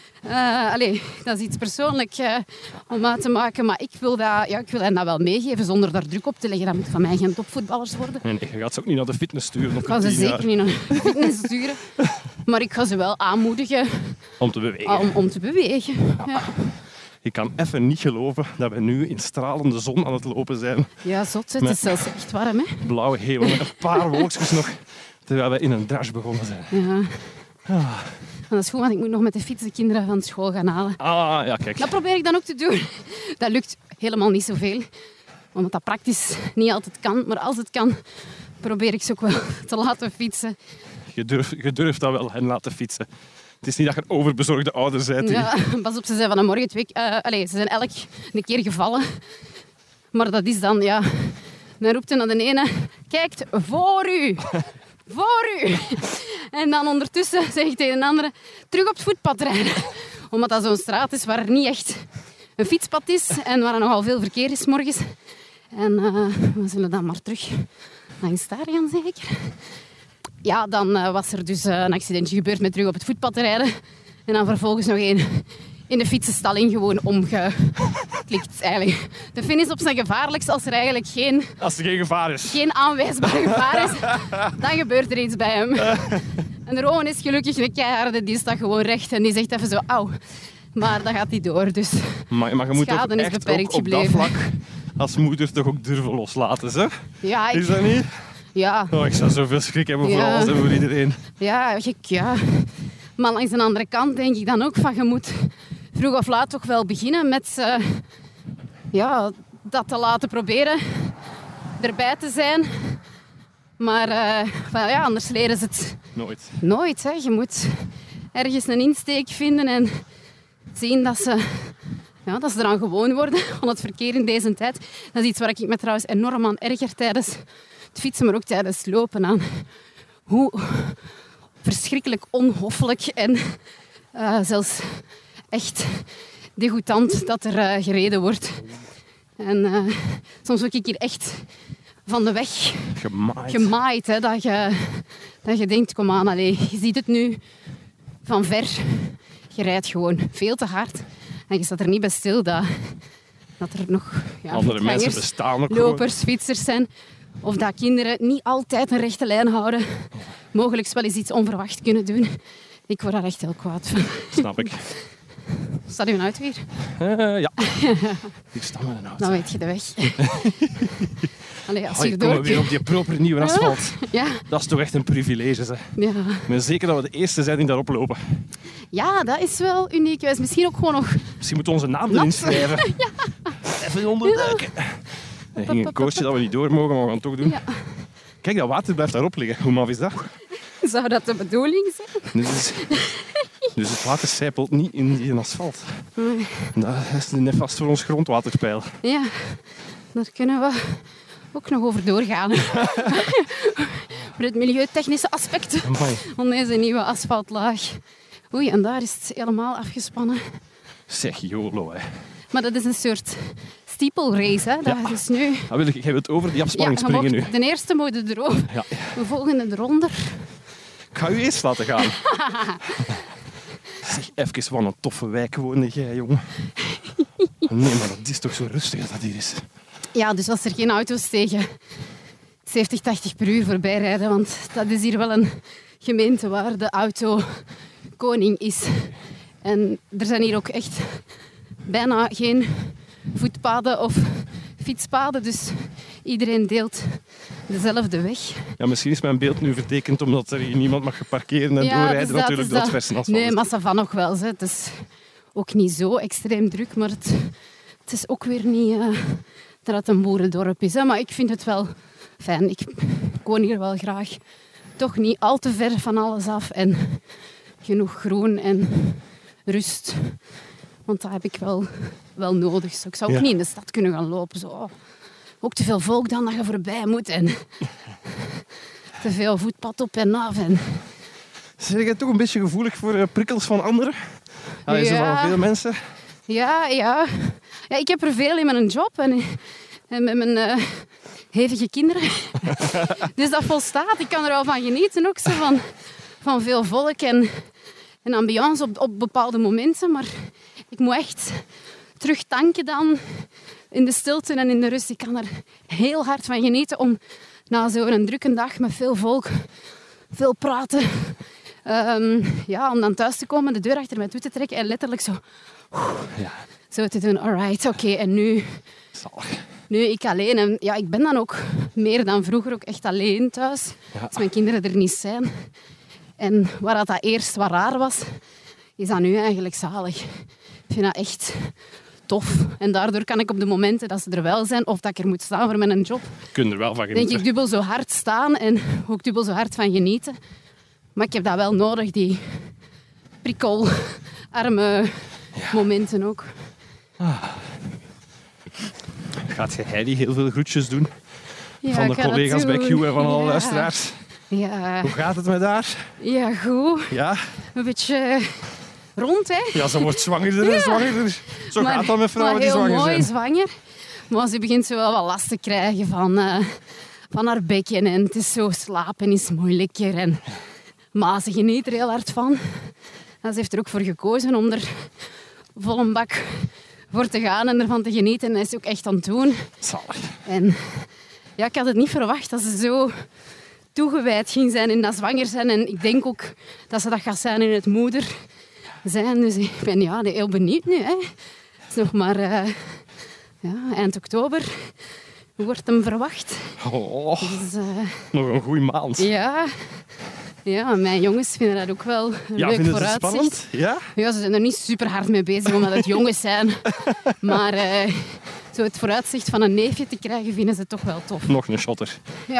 dat is iets persoonlijks om uit te maken. Maar ik wil hen dat wel meegeven zonder daar druk op te leggen. Dat moet van mij geen topvoetballers worden. Nee, je gaat ze ook niet naar de fitness sturen. Ik ga ze zeker niet naar de fitness sturen. Maar ik ga ze wel aanmoedigen Om te bewegen. om te bewegen. Ja. Ik kan even niet geloven dat we nu in stralende zon aan het lopen zijn. Ja, zot. Het is zelfs echt warm, hè? Blauwe hemel met een paar wolkjes nog. Terwijl we in een drash begonnen zijn. Ja. Ah. Dat is goed, want ik moet nog met de fiets de kinderen van school gaan halen. Ah, ja, kijk. Dat probeer ik dan ook te doen. Dat lukt helemaal niet zoveel. Omdat dat praktisch niet altijd kan. Maar als het kan, probeer ik ze ook wel te laten fietsen. Je durft dat wel, hen laten fietsen. Het is niet dat je een overbezorgde ouder bent. Ja, pas op, ze zijn vanmorgen ze zijn elk een keer gevallen. Maar dat is dan, ja... Dan roept hij naar de ene, kijkt voor u. Voor u. En dan ondertussen zeg ik tegen een andere, terug op het voetpad rijden. Omdat dat zo'n straat is waar er niet echt een fietspad is en waar er nogal veel verkeer is morgens. En we zullen dan maar terug langs daar gaan, zeker. Ja, dan was er dus een accidentje gebeurd met terug op het voetpad te rijden. En dan vervolgens nog één in de fietsenstalling gewoon omgeklikt eigenlijk. De finish op zijn gevaarlijkst als er eigenlijk Als er geen gevaar is. geen aanwijsbaar gevaar is, dan gebeurt er iets bij hem. En de Rowan is gelukkig een keiharde, die staat gewoon recht en die zegt even zo, auw. Maar dat gaat niet door, dus Maar je moet schade ook is echt beperkt ook op dat gebleven. vlak als moeder toch ook durven loslaten, zeg? Ja, Is dat niet? ja, Oh, ik zou zoveel schrik hebben voor Ja. alles en voor iedereen. ja. Maar langs de andere kant denk ik dan ook van, je moet vroeg of laat toch wel beginnen met dat te laten proberen erbij te zijn. Maar anders leren ze het nooit. Hè. Je moet ergens een insteek vinden en zien dat ze eraan gewoon worden aan het verkeer in deze tijd. Dat is iets waar ik me trouwens enorm aan erger tijdens het fietsen, maar ook tijdens het lopen aan. Hoe verschrikkelijk onhoffelijk en zelfs echt degoutant dat er gereden wordt. En soms word ik hier echt van de weg gemaaid. Hè, dat je denkt, kom aan, allez, je ziet het nu van ver. Je rijdt gewoon veel te hard. En je staat er niet bij stil dat er nog Andere mensen bestaan ook lopers, fietsers zijn. Of dat kinderen niet altijd een rechte lijn houden. Mogelijk wel eens iets onverwacht kunnen doen. Ik word daar echt heel kwaad van. Snap ik. Staat uw auto hier? Ja. Hier staat mijn auto. Dan weet je de weg. Allee, als je Hier er komen door we weer op die proper nieuwe asfalt. Ja, Dat is toch echt een privilege, zeg. ja. Ik ben zeker dat we de eerste zijn die daarop lopen. Ja, dat is wel uniek. Wij zijn misschien ook gewoon nog... Misschien moeten we onze naam erin schrijven. Even onderduiken. Er ging een coachje dat we niet door mogen, maar we gaan het toch doen. Ja. Kijk, dat water blijft daarop liggen. Hoe maf is dat? Zou dat de bedoeling zijn? Dus het water sijpelt niet in die asfalt. Dat is net vast voor ons grondwaterpeil. Ja, daar kunnen we ook nog over doorgaan. Voor het milieutechnische aspect Amai. van deze nieuwe asfaltlaag. Oei, en daar is het helemaal afgespannen. Zeg, YOLO, hè. Maar dat is een soort steeplerace, hè. Dat is nu... Jij wilt over die afspanning je springen nu. mocht de eerste moet je erover. Ja. De volgende eronder. Ik ga u eerst laten gaan. Zeg, even wat een toffe wijk woonde jij, jongen. Nee, maar dat is toch zo rustig dat dat hier is. Ja, dus als er geen auto's tegen 70, 80 per uur voorbij rijden, want dat is hier wel een gemeente waar de auto koning is. En er zijn hier ook echt bijna geen voetpaden of fietspaden, dus iedereen deelt dezelfde weg. Ja, misschien is mijn beeld nu vertekend omdat er hier niemand mag parkeren en doorrijden. Dus Natuurlijk dat vers en asfalt. Nee, maar ça va nog wel. Het is ook niet zo extreem druk, maar het is ook weer niet dat het een boerendorp is. Hè. Maar ik vind het wel fijn. Ik woon hier wel graag. Toch niet al te ver van alles af en genoeg groen en rust. Want dat heb ik wel nodig. Zo. Ik zou ook niet in de stad kunnen gaan lopen. Zo. Oh, ook te veel volk dan dat je voorbij moet. En te veel voetpad op en af. En... Zeg jij toch een beetje gevoelig voor prikkels van anderen? Je zit van veel mensen. Ja, ik heb er veel in mijn job en met mijn hevige kinderen. Dus dat volstaat. Ik kan er wel van genieten ook. Zo van veel volk en ambiance op bepaalde momenten. Maar ik moet echt terug tanken dan in de stilte en in de rust. Ik kan er heel hard van genieten om na zo'n drukke dag met veel volk, veel praten... om dan thuis te komen, de deur achter mij toe te trekken en letterlijk zo... Zo te doen, alright, oké, en nu... Nu ik alleen. En ja, ik ben dan ook meer dan vroeger ook echt alleen thuis. Als mijn kinderen er niet zijn. En waar dat eerst wat raar was, is dat nu eigenlijk zalig. Ik vind dat echt tof. En daardoor kan ik op de momenten dat ze er wel zijn, of dat ik er moet staan voor mijn job, kun er wel van genieten. denk ik dubbel zo hard staan en ook dubbel zo hard van genieten. Maar ik heb dat wel nodig, die prikkelarme momenten ook. Gaat jij Heidi heel veel groetjes doen? Ja, van de collega's bij Q en van alle luisteraars. Ja. Hoe gaat het met haar? Ja, goed. Ja? Een beetje rond, hè? Ja, ze wordt zwangerder en zwangerder. Zo gaat dat met vrouwen die zwanger zijn. Heel mooi zwanger. Maar ze begint zo wel wat last te krijgen van haar bekken. En het is zo, slapen is moeilijker. Maar ze geniet er heel hard van. En ze heeft er ook voor gekozen om er vol een bak voor te gaan en ervan te genieten. En dat is ook echt aan het doen. Zalig. En ja, ik had het niet verwacht dat ze zo toegewijd ging zijn in dat zwanger zijn. En ik denk ook dat ze dat gaat zijn in het moeder zijn. Dus ik ben heel benieuwd nu. Hè. Het is nog maar eind oktober. Hoe wordt hem verwacht? Oh, dus, nog een goede maand. Ja, mijn jongens vinden dat ook wel een leuk vooruitzicht. Spannend? Ja? Ja, ze zijn er niet super hard mee bezig omdat het jongens zijn. Maar zo het vooruitzicht van een neefje te krijgen vinden ze toch wel tof. Nog een shotter. Ja.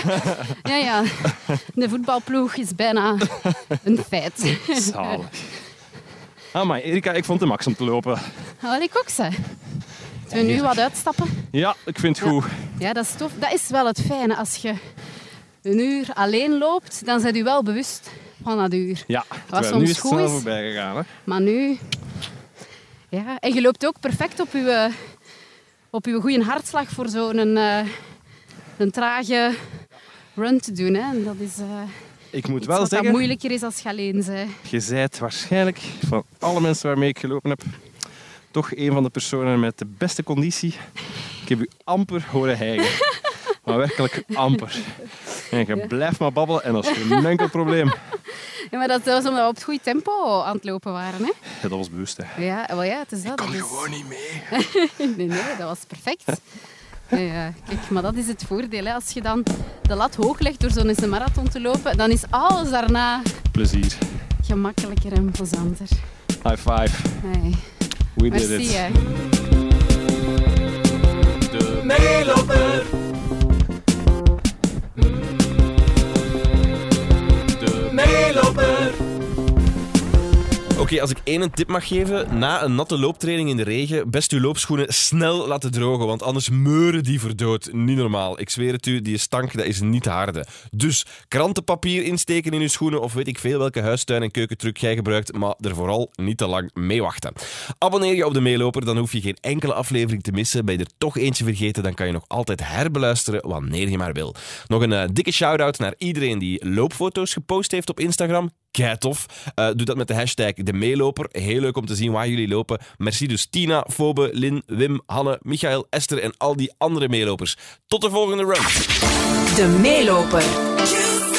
De voetbalploeg is bijna een feit. Zalig. Maar Erika, ik vond het max om te lopen. Wat ik ook zei. Zullen we nu wat uitstappen? Ja, ik vind het goed. Ja, dat is tof. Dat is wel het fijne. Als je een uur alleen loopt, dan ben je wel bewust van dat uur. Ja, nu is het snel voorbij gegaan. Hè? Maar nu... Ja, en je loopt ook perfect op je goede hartslag voor zo'n een trage run te doen. Hè. En dat is ik moet iets wel wat zeggen, dat moeilijker is als je alleen bent. Je bent waarschijnlijk, van alle mensen waarmee ik gelopen heb, toch een van de personen met de beste conditie. Ik heb u amper horen hijgen. Maar werkelijk amper. En je blijft maar babbelen en dat is geen enkel probleem. Ja, maar dat was omdat we op het goede tempo aan het lopen waren. Hè? Ja, dat was bewust. Hè. Ja, wel ja, het is dat. Ik kan dat gewoon niet mee. Nee, dat was perfect. Ja, kijk, maar dat is het voordeel. Hè. Als je dan de lat hoog legt door zo'n marathon te lopen, dan is alles daarna plezier. Gemakkelijker en plezanter. High five. Nee. We Merci, did it. Hè. De meeloper. De meeloper. Oké, als ik één tip mag geven, na een natte looptraining in de regen, best uw loopschoenen snel laten drogen, want anders meuren die voor dood. Niet normaal. Ik zweer het u, die stank, dat is niet te harde. Dus krantenpapier insteken in uw schoenen of weet ik veel welke huistuin- en keukentruc jij gebruikt, maar er vooral niet te lang mee wachten. Abonneer je op de Meeloper, dan hoef je geen enkele aflevering te missen. Ben je er toch eentje vergeten, dan kan je nog altijd herbeluisteren wanneer je maar wil. Nog een dikke shout-out naar iedereen die loopfoto's gepost heeft op Instagram. Keitof. Doe dat met de hashtag De Meeloper. Heel leuk om te zien waar jullie lopen. Merci dus Tina, Fobe, Lin, Wim, Hanne, Michael, Esther en al die andere meelopers. Tot de volgende run. De Meeloper.